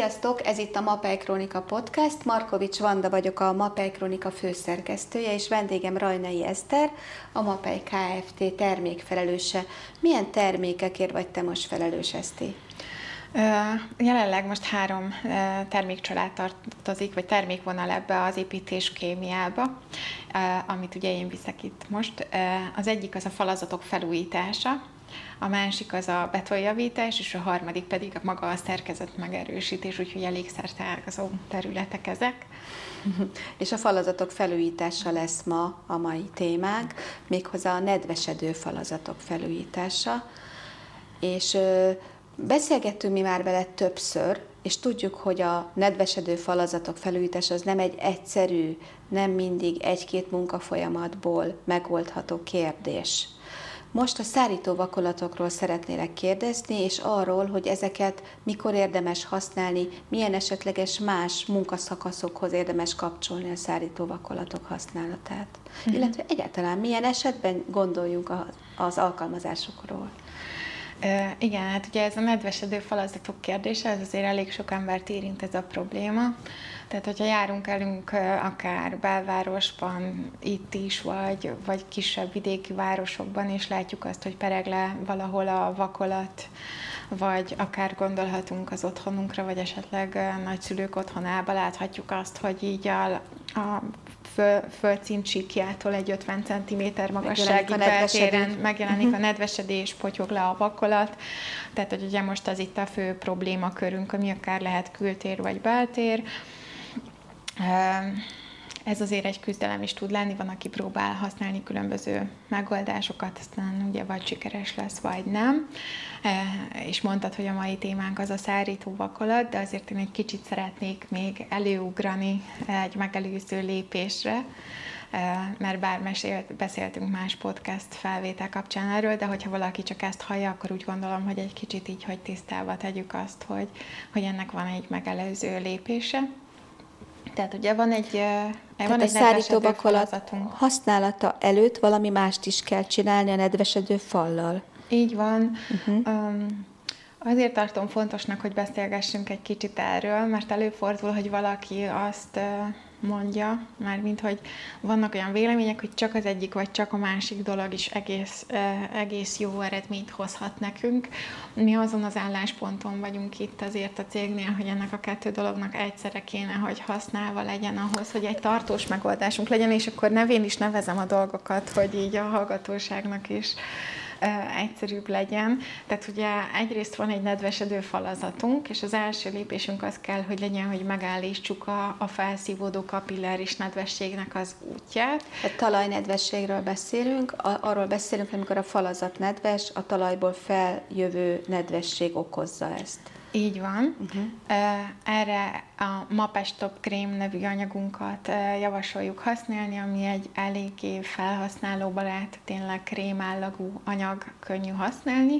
Sziasztok! Ez itt a Mapei Krónika Podcast. Markovics Vanda vagyok, a Mapei Krónika főszerkesztője, és vendégem Rajnai Eszter, a Mapei Kft. Termékfelelőse. Milyen termékekért vagy te most felelős, Eszti? Jelenleg most 3 termékcsalád tartozik, vagy termékvonal ebbe az építéskémiába, amit ugye én viszek itt most. Az egyik az a falazatok felújítása, a másik az a betonjavítás, és a harmadik pedig maga a szerkezet megerősítés, úgyhogy elég szerteágazó területek ezek. És a falazatok felújítása lesz ma a mai témánk, méghozzá a nedvesedő falazatok felújítása. És beszélgettünk mi már vele többször, és tudjuk, hogy a nedvesedő falazatok felújítása az nem egy egyszerű, nem mindig 1-2 munkafolyamatból megoldható kérdés. Most a szárító vakolatokról szeretnélek kérdezni, és arról, hogy ezeket mikor érdemes használni, milyen esetleges más munkaszakaszokhoz érdemes kapcsolni a szárító vakolatok használatát. Illetve egyáltalán milyen esetben gondoljunk az alkalmazásokról. Igen, hát ugye ez a nedvesedő falazatok kérdése, ez azért elég sok embert érint ez a probléma. Tehát, hogyha járunk elünk akár belvárosban, itt is, vagy kisebb vidéki városokban, és látjuk azt, hogy pereg le valahol a vakolat, vagy akár gondolhatunk az otthonunkra, vagy esetleg nagyszülők otthonába, láthatjuk azt, hogy így a földszint síkjától egy 50 cm magassági beltéren megjelenik a nedvesedés, potyog le a vakolat. Tehát, hogy ugye most az itt a fő problémakörünk, ami akár lehet kültér vagy beltér. Ez azért egy küzdelem is tud lenni, van, aki próbál használni különböző megoldásokat, aztán ugye vagy sikeres lesz, vagy nem. És mondtad, hogy a mai témánk az a szárító vakolat, de azért én egy kicsit szeretnék még előugrani egy megelőző lépésre, mert bár beszéltünk más podcast felvétel kapcsán erről, de hogyha valaki csak ezt hallja, akkor úgy gondolom, hogy egy kicsit így, hogy tisztába tegyük azt, hogy ennek van egy megelőző lépése. Tehát ugye van egy szárító vakolat használata előtt valami mást is kell csinálni a nedvesedő fallal. Így van. Azért tartom fontosnak, hogy beszélgessünk egy kicsit erről, mert előfordul, hogy valaki azt mondja, mármint, hogy vannak olyan vélemények, hogy csak az egyik vagy csak a másik dolog is egész jó eredményt hozhat nekünk. Mi azon az állásponton vagyunk itt azért a cégnél, hogy ennek a 2 dolognak egyszerre kéne, hogy használva legyen ahhoz, hogy egy tartós megoldásunk legyen, és akkor nevén is nevezem a dolgokat, hogy így a hallgatóságnak is egyszerűbb legyen. Tehát ugye egyrészt van egy nedvesedő falazatunk, és az első lépésünk az kell, hogy legyen, hogy megállítsuk a felszívódó kapilláris nedvességnek az útját. A talajnedvességről beszélünk, arról beszélünk, amikor a falazat nedves, a talajból feljövő nedvesség okozza ezt. Így van. Erre a Mapestop krém nevű anyagunkat javasoljuk használni, ami egy eléggé felhasználóbarát, tényleg krémállagú anyag, könnyű használni.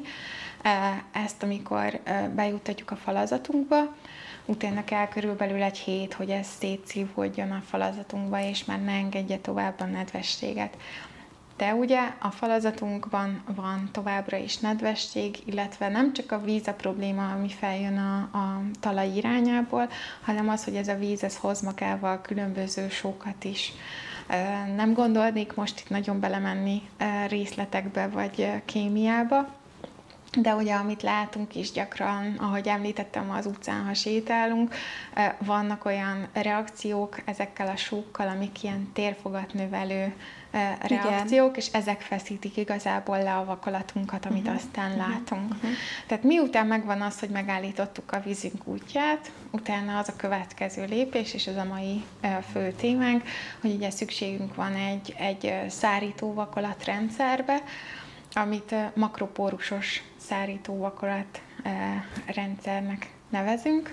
Ezt amikor bejuttatjuk a falazatunkba, utána kell körülbelül egy hét, hogy ez szétszívódjon a falazatunkba, és már ne engedje tovább a nedvességet. De ugye a falazatunkban van továbbra is nedvesség, illetve nem csak a víz a probléma, ami feljön a talaj irányából, hanem az, hogy ez a víz hoz magával különböző sókat is. Nem gondolnék most itt nagyon belemenni részletekbe vagy kémiába, de ugye, amit látunk is gyakran, ahogy említettem, az utcán, ha sétálunk, vannak olyan reakciók ezekkel a sókkal, amik ilyen térfogatnövelő reakciók, igen. És ezek feszítik igazából le a vakolatunkat, amit aztán látunk. Tehát miután megvan az, hogy megállítottuk a vízünk útját, utána az a következő lépés, és ez a mai fő témánk, hogy ugye szükségünk van egy szárító vakolatrendszerbe, amit makropórusos szárító vakolat rendszernek nevezünk.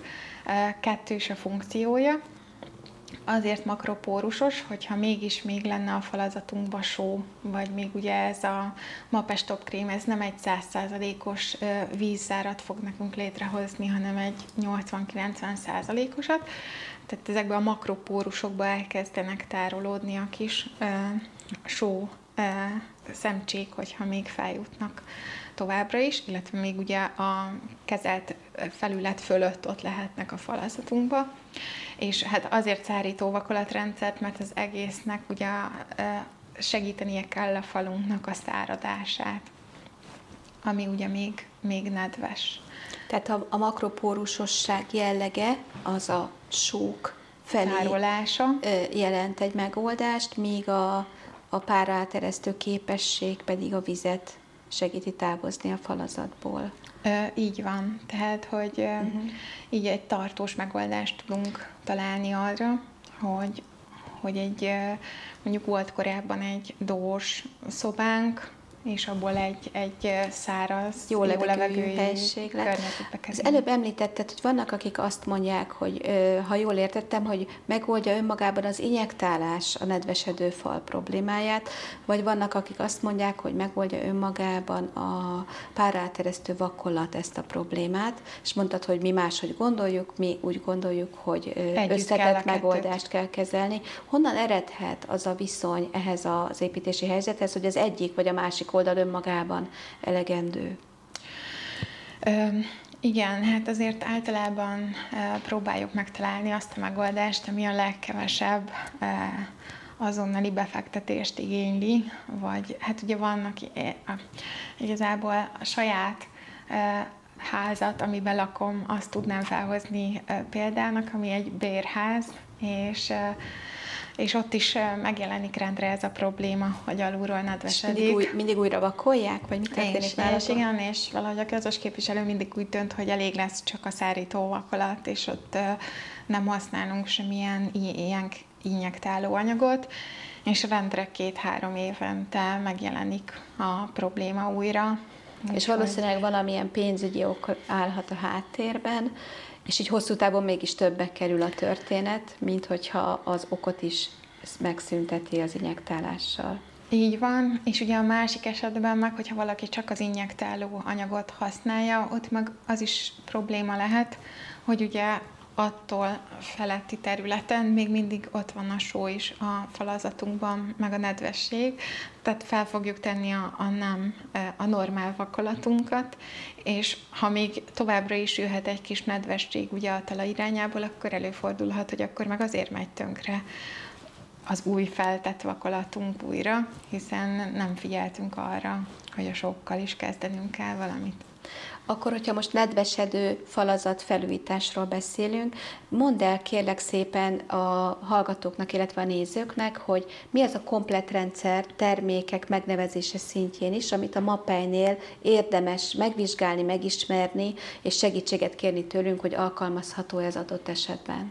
2 is a funkciója. Azért makropórusos, hogyha mégis még lenne a falazatunkban só, vagy még ugye ez a Mapestop krém, ez nem egy 100%-os vízzárat fog nekünk létrehozni, hanem egy 80-90%-osat. Tehát ezekben a makropórusokban elkezdenek tárolódni a kis só szemcsék, hogyha még feljutnak továbbra is, illetve még ugye a kezelt felület fölött ott lehetnek a falazatunkba. És hát azért szárító vakolatrendszert, mert az egésznek ugye segítenie kell a falunknak a száradását, ami ugye még nedves. Tehát a makropórusosság jellege az a sók felé tárolása jelent egy megoldást, míg a páraáteresztő képesség pedig a vizet segíti távozni a falazatból. Így van. Tehát, hogy így egy tartós megoldást tudunk találni arra, hogy mondjuk volt korábban egy dós szobánk, és abból egy száraz, jó levegőjű helység lett. Az előbb említetted, hogy vannak, akik azt mondják, hogy ha jól értettem, hogy megoldja önmagában az injektálás a nedvesedő fal problémáját, vagy vannak, akik azt mondják, hogy megoldja önmagában a páraáteresztő vakolat ezt a problémát, és mondtad, hogy mi máshogy gondoljuk, mi úgy gondoljuk, hogy összetett megoldást kell kezelni. Honnan eredhet az a viszony ehhez az építési helyzethez, hogy az egyik vagy a másik oldal önmagában elegendő? Igen, hát azért általában próbáljuk megtalálni azt a megoldást, ami a legkevesebb azonnali befektetést igényli, vagy hát ugye vannak igazából a saját házat, amiben lakom, azt tudnám felhozni példának, ami egy bérház, és ott is megjelenik rendre ez a probléma, hogy alulról nedvesedik. Mindig újra vakolják, vagy mit történik nálatok? Igen, és valahogy a közös képviselő mindig úgy dönt, hogy elég lesz csak a szárító vakolat, és ott nem használunk semmilyen ilyen injektáló anyagot, és rendre 2-3 évente megjelenik a probléma újra. És valószínűleg valamilyen pénzügyi ok állhat a háttérben, és így hosszú távon mégis többbe kerül a történet, mint hogyha az okot is megszünteti az injektálással. Így van, és ugye a másik esetben meg, hogyha valaki csak az injektáló anyagot használja, ott meg az is probléma lehet, hogy ugye attól feletti területen még mindig ott van a só is a falazatunkban, meg a nedvesség, tehát fel fogjuk tenni a normál vakolatunkat, és ha még továbbra is jöhet egy kis nedvesség ugye a talaj irányából, akkor előfordulhat, hogy akkor meg azért megy tönkre az új feltett vakolatunk újra, hiszen nem figyeltünk arra, hogy a sókkal is kezdenünk kell valamit. Akkor, hogyha most nedvesedő falazat felújításról beszélünk, mondd el kérlek szépen a hallgatóknak, illetve a nézőknek, hogy mi az a komplett rendszer termékek megnevezése szintjén is, amit a MAPEI-nél érdemes megvizsgálni, megismerni, és segítséget kérni tőlünk, hogy alkalmazható ez adott esetben.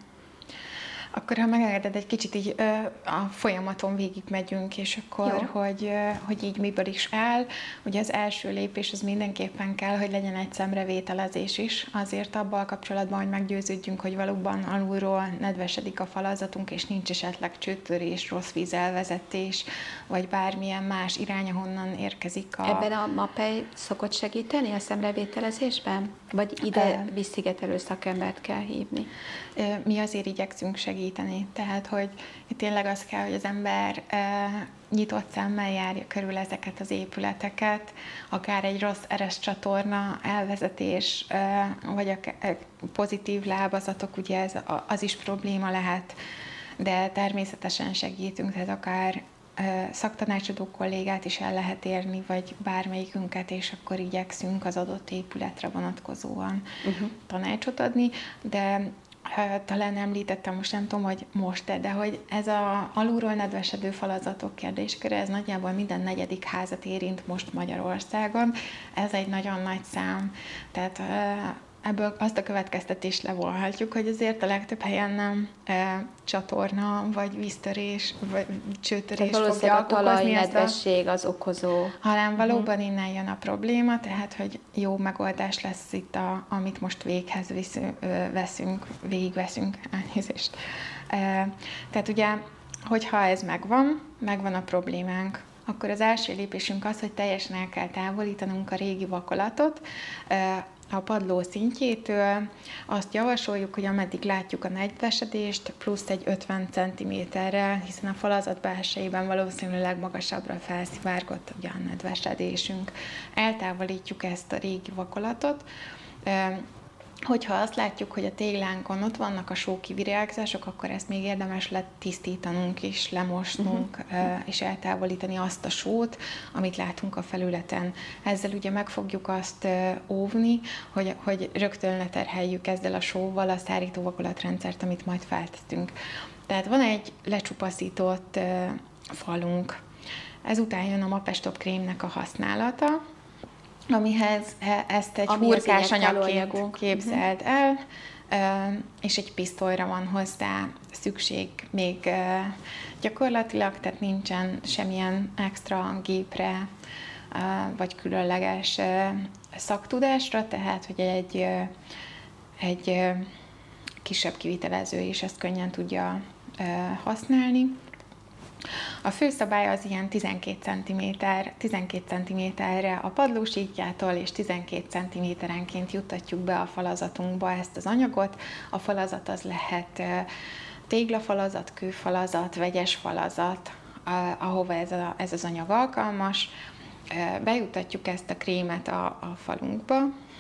Akkor, ha megengeded, egy kicsit így a folyamaton végigmegyünk, és akkor, hogy így miből is áll. Ugye az első lépés az mindenképpen kell, hogy legyen egy szemrevételezés is, azért abban kapcsolatban, hogy meggyőződjünk, hogy valóban alulról nedvesedik a falazatunk, és nincs esetleg csőtörés, rossz vízelvezetés, vagy bármilyen más irány, ahonnan érkezik Ebben a MAPEI szokott segíteni a szemrevételezésben? Vagy ide vízszigetelő szakembert kell hívni? Mi azért igyekszünk segíteni. Tehát, hogy tényleg az kell, hogy az ember nyitott szemmel járja körül ezeket az épületeket, akár egy rossz ereszcsatorna elvezetés, vagy a pozitív lábazatok, ugye az is probléma lehet, de természetesen segítünk, tehát akár szaktanácsadó kollégát is el lehet érni, vagy bármelyikünket, és akkor igyekszünk az adott épületre vonatkozóan tanácsot adni, de talán említettem, most nem tudom, hogy most-e, de hogy ez a alulról nedvesedő falazatok kérdésköre, ez nagyjából minden 4. házat érint most Magyarországon. Ez egy nagyon nagy szám. Tehát ebből azt a következtetést levonhatjuk, hogy azért a legtöbb helyen nem csatorna, vagy víztörés, vagy csőtörés fogja a talajnedvesség az okozó. Hanem valóban innen jön a tehát hogy jó megoldás lesz itt, amit most végigveszünk, elnézést. Tehát ugye, hogyha ez megvan a problémánk, akkor az első lépésünk az, hogy teljesen el kell távolítanunk a régi vakolatot a padló szintjétől. Azt javasoljuk, hogy ameddig látjuk a nedvesedést, plusz egy 50 cm-rel, hiszen a falazat belsejében valószínűleg magasabbra felszivárgott ugye a nedvesedésünk. Eltávolítjuk ezt a régi vakolatot, Hogyha azt látjuk, hogy a téglánkon ott vannak a sókivirágzások, akkor ezt még érdemes letisztítanunk és lemosnunk, és eltávolítani azt a sót, amit látunk a felületen. Ezzel ugye meg fogjuk azt óvni, hogy rögtön leterheljük ezzel a sóval a szárító vakolatrendszert, amit majd feltettünk. Tehát van egy lecsupaszított falunk. Ezután jön a Mapestop krémnek a használata, amihez ezt egy hurkás anyagként képzeld el, és egy pisztolyra van hozzá szükség még gyakorlatilag, tehát nincsen semmilyen extra gépre, vagy különleges szaktudásra, tehát hogy egy kisebb kivitelező is ezt könnyen tudja használni. A főszabály az ilyen 12 cm-re a padlósítjától, és 12 cm-enként juttatjuk be a falazatunkba ezt az anyagot. A falazat az lehet téglafalazat, kőfalazat, vegyes falazat, ahova ez az anyag alkalmas. Bejuttatjuk ezt a krémet a falunkba.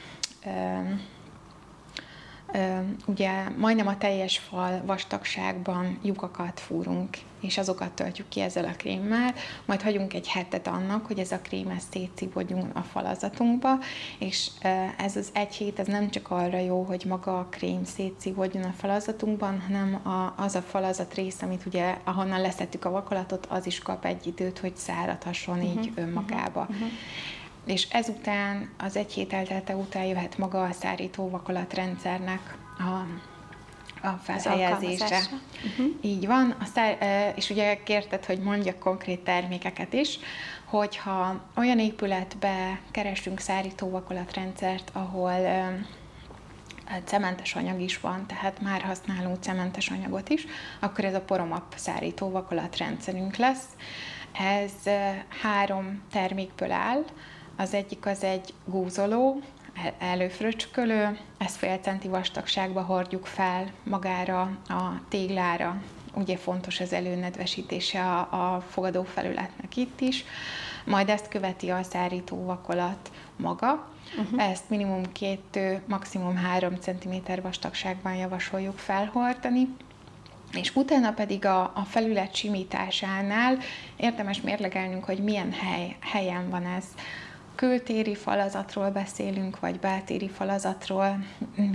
Ugye majdnem a teljes fal vastagságban lyukakat fúrunk, és azokat töltjük ki ezzel a krémmel, majd hagyunk egy hetet annak, hogy ez a krém szétszívódjon a falazatunkba, és ez az egy hét, ez nem csak arra jó, hogy maga a krém szétszívódjon a falazatunkban, hanem az a falazat rész, amit ugye ahonnan leszettük a vakolatot, az is kap egy időt, hogy száradhasson így önmagába. És ezután, az egy hét eltelte után jöhet maga a szárító vakolatrendszernek a felhelyezése. Így van. És ugye kérted, hogy mondjak konkrét termékeket is, hogyha olyan épületbe keresünk szárító vakolatrendszert, ahol cementes anyag is van, tehát már használunk cementes anyagot is, akkor ez a Poromap szárító vakolatrendszerünk lesz. Ez 3 termékből áll. Az egyik az egy gúzoló, előfröcskölő, ezt fél centi vastagságba hordjuk fel magára a téglára. Ugye fontos az előnedvesítése a fogadófelületnek itt is. Majd ezt követi a szárító vakolat maga. Ezt minimum 2, maximum 3 cm vastagságban javasoljuk felhordani. És utána pedig a felület simításánál érdemes mérlegelnünk, hogy milyen helyen van ez. Kültéri falazatról beszélünk, vagy beltéri falazatról,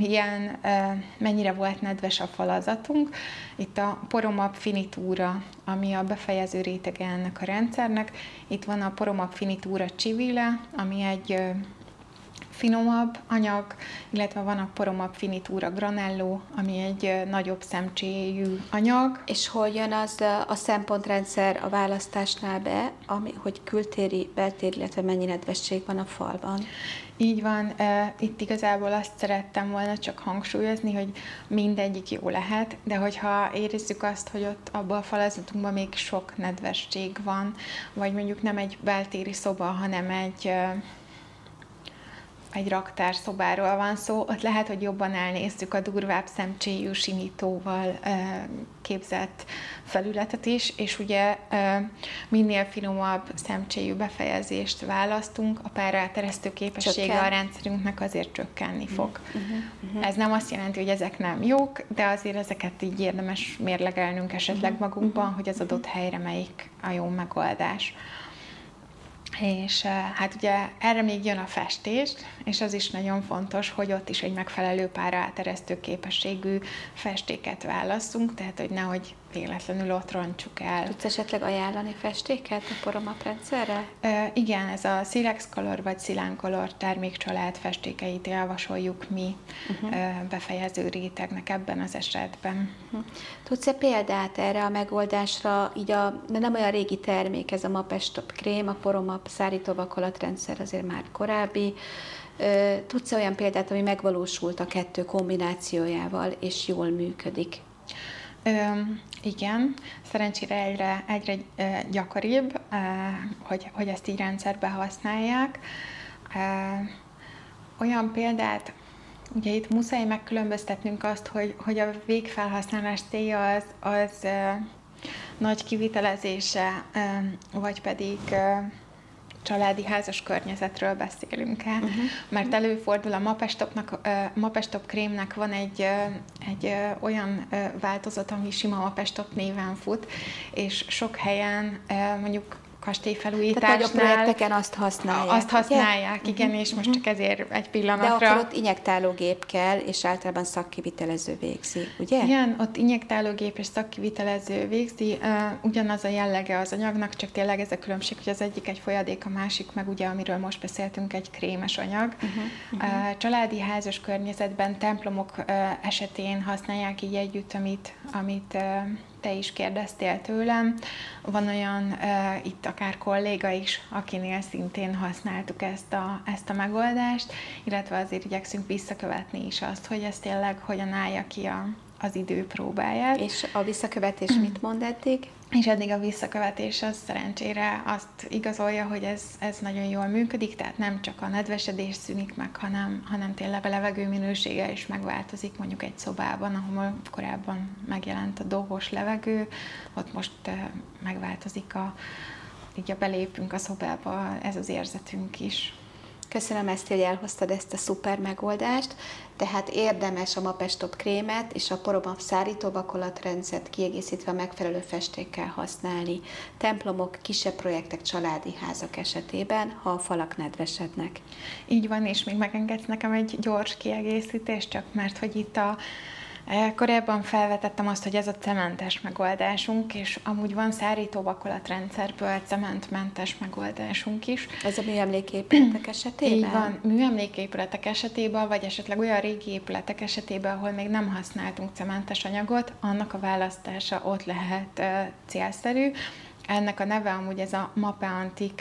mennyire volt nedves a falazatunk. Itt a Poromap Finitura, ami a befejező rétege ennek a rendszernek. Itt van a Poromap Finitura Civile, ami egy finomabb anyag, illetve van a Poromap Finitura Granello, ami egy nagyobb szemcséjű anyag. És hol jön az a szempontrendszer a választásnál be, hogy kültéri, beltéri, illetve mennyi nedvesség van a falban? Így van, itt igazából azt szerettem volna csak hangsúlyozni, hogy mindegyik jó lehet, de hogyha érezzük azt, hogy ott abban a falazatunkban még sok nedvesség van, vagy mondjuk nem egy beltéri szoba, hanem egy raktárszobáról van szó, ott lehet, hogy jobban elnézzük a durvább szemcséjű simítóval képzett felületet is, és ugye minél finomabb szemcséjű befejezést választunk, a párráteresztő képessége a rendszerünknek azért csökkenni fog. Ez nem azt jelenti, hogy ezek nem jók, de azért ezeket így érdemes mérlegelnünk esetleg magunkban, hogy az adott helyre melyik a jó megoldás. És hát ugye erre még jön a festés, és az is nagyon fontos, hogy ott is egy megfelelő párráteresztő képességű festéket válasszunk, tehát hogy nehogy véletlenül ott rontsuk el. Tudsz esetleg ajánlani festéket a Poromap rendszerre? Igen, ez a Silex Color vagy Silan Color termékcsalád festékeit javasoljuk mi befejező rétegnek ebben az esetben. Tudsz-e példát erre a megoldásra, így nem olyan régi termék ez a Mapestop krém, a Poromap szárító vakolatrendszer azért már korábbi. Tudsz-e olyan példát, ami megvalósult a 2 kombinációjával, és jól működik? Igen, szerencsére egyre gyakoribb, hogy ezt így rendszerbe használják. Olyan példát, ugye itt muszáj megkülönböztetnünk azt, hogy a végfelhasználás célja az nagy kivitelezése, vagy pedig családi házas környezetről beszélünk-e, mert előfordul a Mapestop krémnek van egy olyan változat, ami sima Mapestop néven fut, és sok helyen mondjuk kastélyfelújításnál. Tehát nagyobb projekteken azt használják. Azt használják, igen, és most csak ezért egy pillanatra. De akkor ott injektálógép kell, és általában szakkivitelező végzi, ugye? Igen, ott injektálógép és szakkivitelező végzi, ugyanaz a jellege az anyagnak, csak tényleg ez a különbség, hogy az egyik egy folyadék, a másik meg ugye, amiről most beszéltünk, egy krémes anyag. Családi házas környezetben, templomok esetén használják így együtt, amit te is kérdeztél tőlem. Van olyan itt akár kolléga is, akinél szintén használtuk ezt a megoldást, illetve azért igyekszünk visszakövetni is azt, hogy ez tényleg hogyan állja ki az idő próbáját. És a visszakövetés mit mond eddig? És eddig a visszakövetés az szerencsére azt igazolja, hogy ez nagyon jól működik, tehát nem csak a nedvesedés szűnik meg, hanem tényleg a levegő minősége is megváltozik, mondjuk egy szobában, ahol korábban megjelent a dohos levegő, ott most megváltozik így belépünk a szobába, ez az érzetünk is. Köszönöm, Eszti, hogy elhoztad ezt a szuper megoldást. Tehát érdemes a Mapestop krémet és a Poromap szárító-vakolatrendszert kiegészítve megfelelő festékkel használni templomok, kisebb projektek, családi házak esetében, ha a falak nedvesednek. Így van, és még megengedsz nekem egy gyors kiegészítést, csak mert hogy itt korábban felvetettem azt, hogy ez a cementes megoldásunk, és amúgy van szárító-vakolatrendszerből cementmentes megoldásunk is. Ez a műemléképületek esetében? Így van, műemléképületek esetében, vagy esetleg olyan régi épületek esetében, ahol még nem használtunk cementes anyagot, annak a választása ott lehet célszerű. Ennek a neve amúgy ez a Mapeantic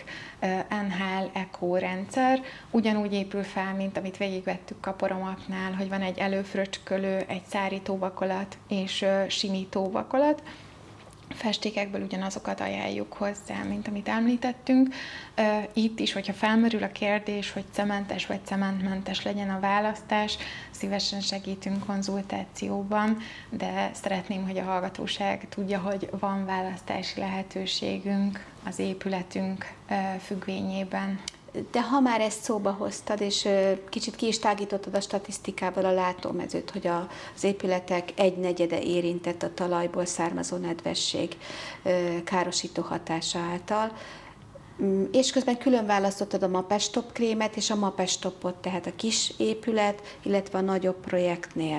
NHL Eco rendszer. Ugyanúgy épül fel, mint amit végigvettük a Poromapnál, hogy van egy előfröcskölő, egy szárítóvakolat és simítóvakolat. Festékekből ugyanazokat ajánljuk hozzá, mint amit említettünk. Itt is, hogyha felmerül a kérdés, hogy cementes vagy cementmentes legyen a választás, szívesen segítünk konzultációban, de szeretném, hogy a hallgatóság tudja, hogy van választási lehetőségünk az épületünk függvényében. De ha már ezt szóba hoztad, és kicsit ki is tágítottad a statisztikával a látómezőt, hogy az épületek 1/4 érintett a talajból származó nedvesség károsító hatása által, és közben külön választottad a Mapestop krémet és a Mapestopot, tehát a kis épület, illetve a nagyobb projektnél.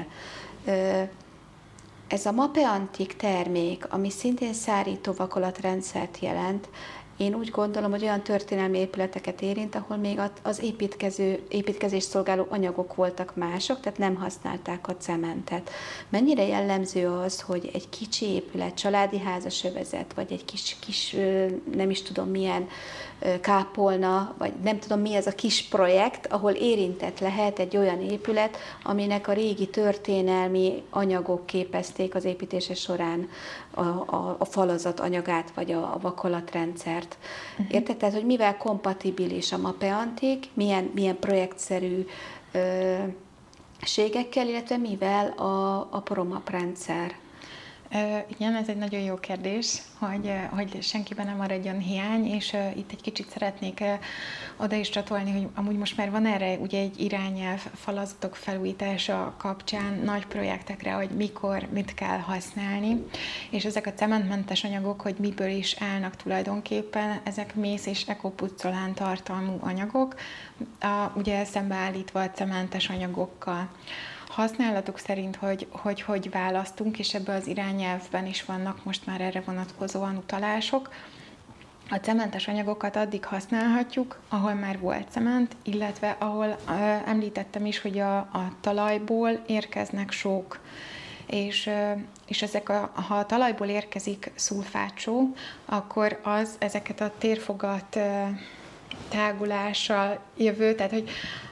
Ez a Mapeantic termék, ami szintén szárító-vakolatrendszert jelent, én úgy gondolom, hogy olyan történelmi épületeket érint, ahol még az építkezés szolgáló anyagok voltak mások, tehát nem használták a cementet. Mennyire jellemző az, hogy egy kicsi épület, családi házasövezet, vagy egy kis nem is tudom milyen kápolna, vagy nem tudom mi ez a kis projekt, ahol érintett lehet egy olyan épület, aminek a régi történelmi anyagok képezték az építése során a falazat anyagát, vagy a vakolatrendszert. Érted? Tehát, hogy mivel kompatibilis a Mapeantic, milyen projektszerű ségekkel, illetve mivel a Poromap rendszer. Igen, ez egy nagyon jó kérdés, hogy senkiben nem maradjon hiány, és itt egy kicsit szeretnék oda is csatolni, hogy amúgy most már van erre ugye egy irányelv falazatok felújítása kapcsán nagy projektekre, hogy mikor, mit kell használni, és ezek a cementmentes anyagok, hogy miből is állnak tulajdonképpen, ezek mész és ekopuccolán tartalmú anyagok, ugye szembeállítva a cementes anyagokkal. Használatuk szerint, hogy választunk, és ebben az irányelvben is vannak most már erre vonatkozóan utalások. A cementes anyagokat addig használhatjuk, ahol már volt cement, illetve ahol említettem is, hogy a talajból érkeznek sók. És ha a talajból érkezik szulfátsó, akkor ezeket a térfogat tágulással jövő, tehát hogy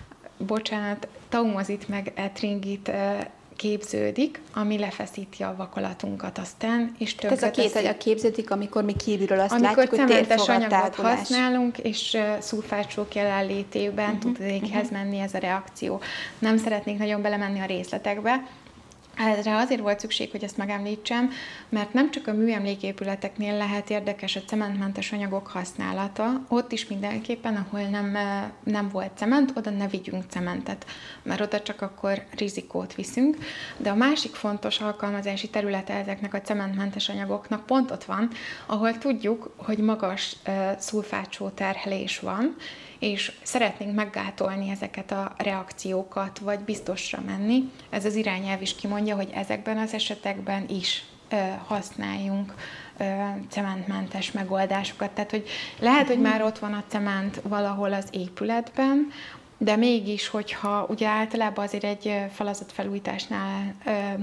taumazit meg etringit képződik, ami lefeszíti a vakolatunkat aztán, és ez a két anyag képződik, amikor mi kívülről azt látjuk, hogy cementes anyagot használunk, és szulfátsók jelenlétében tud éghez menni ez a reakció. Nem szeretnék nagyon belemenni a részletekbe. Erre azért volt szükség, hogy ezt megemlítsem, mert nem csak a műemléképületeknél lehet érdekes a cementmentes anyagok használata, ott is mindenképpen, ahol nem volt cement, oda ne vigyünk cementet, mert oda csak akkor rizikót viszünk. De a másik fontos alkalmazási területe ezeknek a cementmentes anyagoknak pont ott van, ahol tudjuk, hogy magas szulfátsó terhelés van, és szeretnénk meggátolni ezeket a reakciókat, vagy biztosra menni. Ez az irányelv is kimondja, hogy ezekben az esetekben is használjunk cementmentes megoldásokat. Tehát, hogy lehet, hogy már ott van a cement valahol az épületben, de mégis, hogyha ugye általában azért egy falazatfelújításnál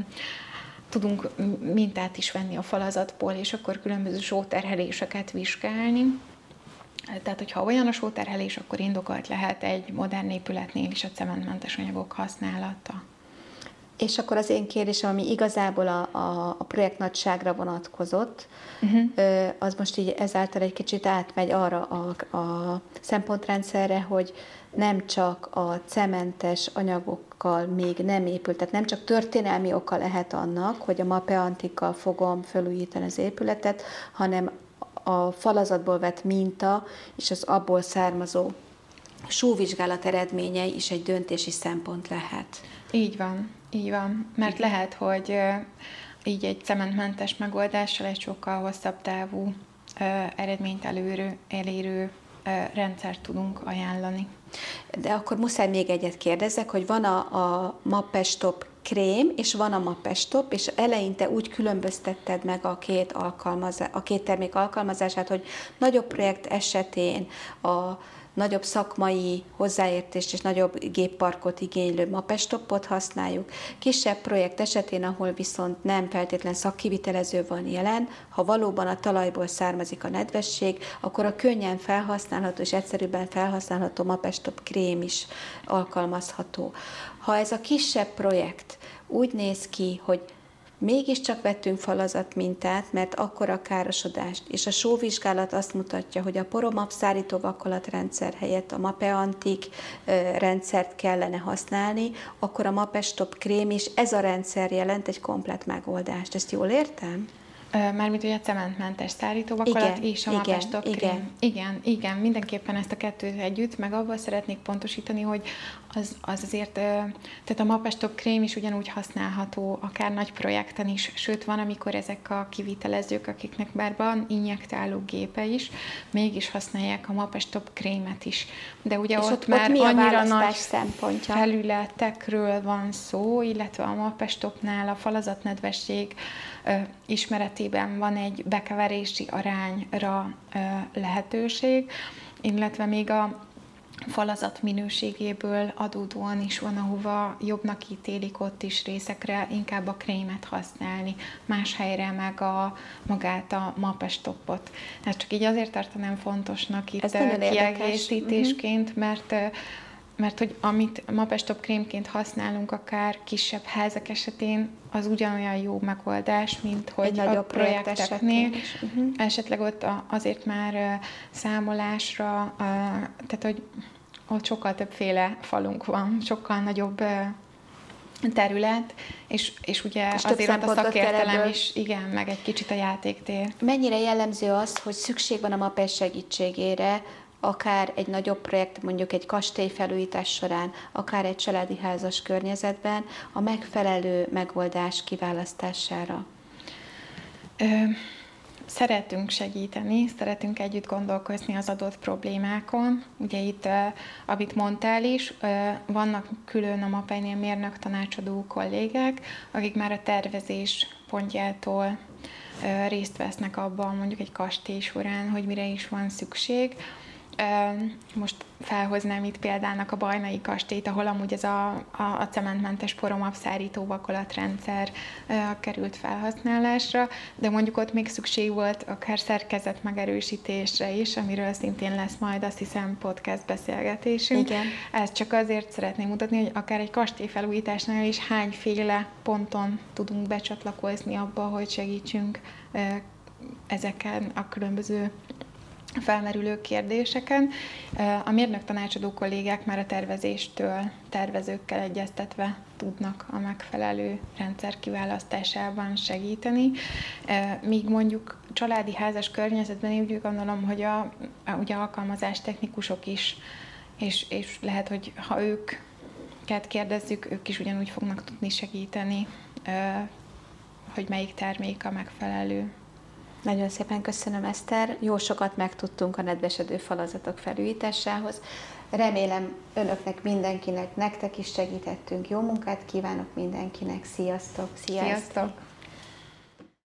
tudunk mintát is venni a falazatból, és akkor különböző sóterheléseket vizsgálni. Tehát, hogyha olyan a sóterhelés, akkor indokolt lehet egy modern épületnél is a cementmentes anyagok használata. És akkor az én kérdésem, ami igazából a projekt nagyságra vonatkozott, az most így ezáltal egy kicsit átmegy arra a szempontrendszerre, hogy nem csak a cementes anyagokkal még nem épült, tehát nem csak történelmi oka lehet annak, hogy a MAPE Antikkal fogom felújítani az épületet, hanem a falazatból vett minta és az abból származó sóvizsgálat eredményei is egy döntési szempont lehet. Így van. Mert lehet, hogy így egy cementmentes megoldással egy sokkal hosszabb távú eredményt elérő rendszert tudunk ajánlani. De akkor muszáj még egyet kérdezzek, hogy van a MAPE Stop krém, és van a MAPE Stop, és eleinte úgy különböztetted meg a két termék alkalmazását, hogy nagyobb projekt esetén a nagyobb szakmai hozzáértést és nagyobb gépparkot igénylő MAPE Stopot használjuk. Kisebb projekt esetén, ahol viszont nem feltétlen szakkivitelező van jelen, ha valóban a talajból származik a nedvesség, akkor a könnyen felhasználható és egyszerűbben felhasználható MAPE Stop krém is alkalmazható. Ha ez a kisebb projekt úgy néz ki, hogy mégiscsak vettünk falazatmintát, mert akkora károsodást, és a sóvizsgálat azt mutatja, hogy a poromap szárító vakolatrendszer helyett a MAPE Antik rendszert kellene használni, akkor a MAPE Stop krém is, ez a rendszer jelent egy komplett megoldást. Ezt jól értem? Mármint ugye a cementmentes szárítóvakolat és a MAPE Stop krém. Igen, mindenképpen ezt a kettőt együtt, meg abból szeretnék pontosítani, hogy az azért, tehát a MAPE Stop krém is ugyanúgy használható akár nagy projekten is, sőt van, amikor ezek a kivitelezők, akiknek már van injektáló gépe is, mégis használják a MAPE Stop krémet is. De ugye ott már annyira nagy szempontja? Felületekről van szó, illetve a MAPE Stopnál a falazatnedvesség ismeretében van egy bekeverési arányra lehetőség, illetve még a falazat minőségéből adódóan is van, ahova jobbnak ítélik ott is részekre inkább a krémet használni, más helyre meg magát a MAPE Stopot. Ezt csak így azért tartanám fontosnak itt kiegészítésként, mert hogy amit MAPE Stop krémként használunk akár kisebb házak esetén, az ugyanolyan jó megoldás, mint hogy a projekteknél. Esetleg ott azért már számolásra, tehát hogy ott sokkal többféle falunk van, sokkal nagyobb terület, és ugye és azért ott a szakértelem is, igen, meg egy kicsit a játéktér. Mennyire jellemző az, hogy szükség van a MAPE segítségére, akár egy nagyobb projekt, mondjuk egy kastélyfelújítás során, akár egy családi házas környezetben a megfelelő megoldás kiválasztására? Szeretünk segíteni, szeretünk együtt gondolkozni az adott problémákon. Ugye itt, amit mondtál is, vannak külön a MAPE-nél mérnök tanácsadó kollégák, akik már a tervezés pontjától részt vesznek abban, mondjuk egy kastély során, hogy mire is van szükség. Most felhoznám itt példának a Bajnai kastélyt, ahol amúgy ez a cementmentes poromapszárító vakolatrendszer került felhasználásra, de mondjuk ott még szükség volt akár szerkezet megerősítésre is, amiről szintén lesz majd, azt hiszem, podcast beszélgetésünk. Igen. Ezt csak azért szeretném mutatni, hogy akár egy kastély felújításnál is hányféle ponton tudunk becsatlakozni abba, hogy segítsünk ezeken a különböző felmerülő kérdéseken. A mérnök tanácsadó kollégák már a tervezéstől tervezőkkel egyeztetve tudnak a megfelelő rendszer kiválasztásában segíteni. Míg mondjuk családi házas környezetben én úgy gondolom, hogy ugye alkalmazástechnikusok is, és lehet, hogy ha őket kérdezzük, ők is ugyanúgy fognak tudni segíteni, hogy melyik termék a megfelelő. Nagyon szépen köszönöm, Eszter. Jó sokat megtudtunk a nedvesedő falazatok felújításához. Remélem önöknek, mindenkinek, nektek is segítettünk. Jó munkát kívánok mindenkinek. Sziasztok! Sziasztok!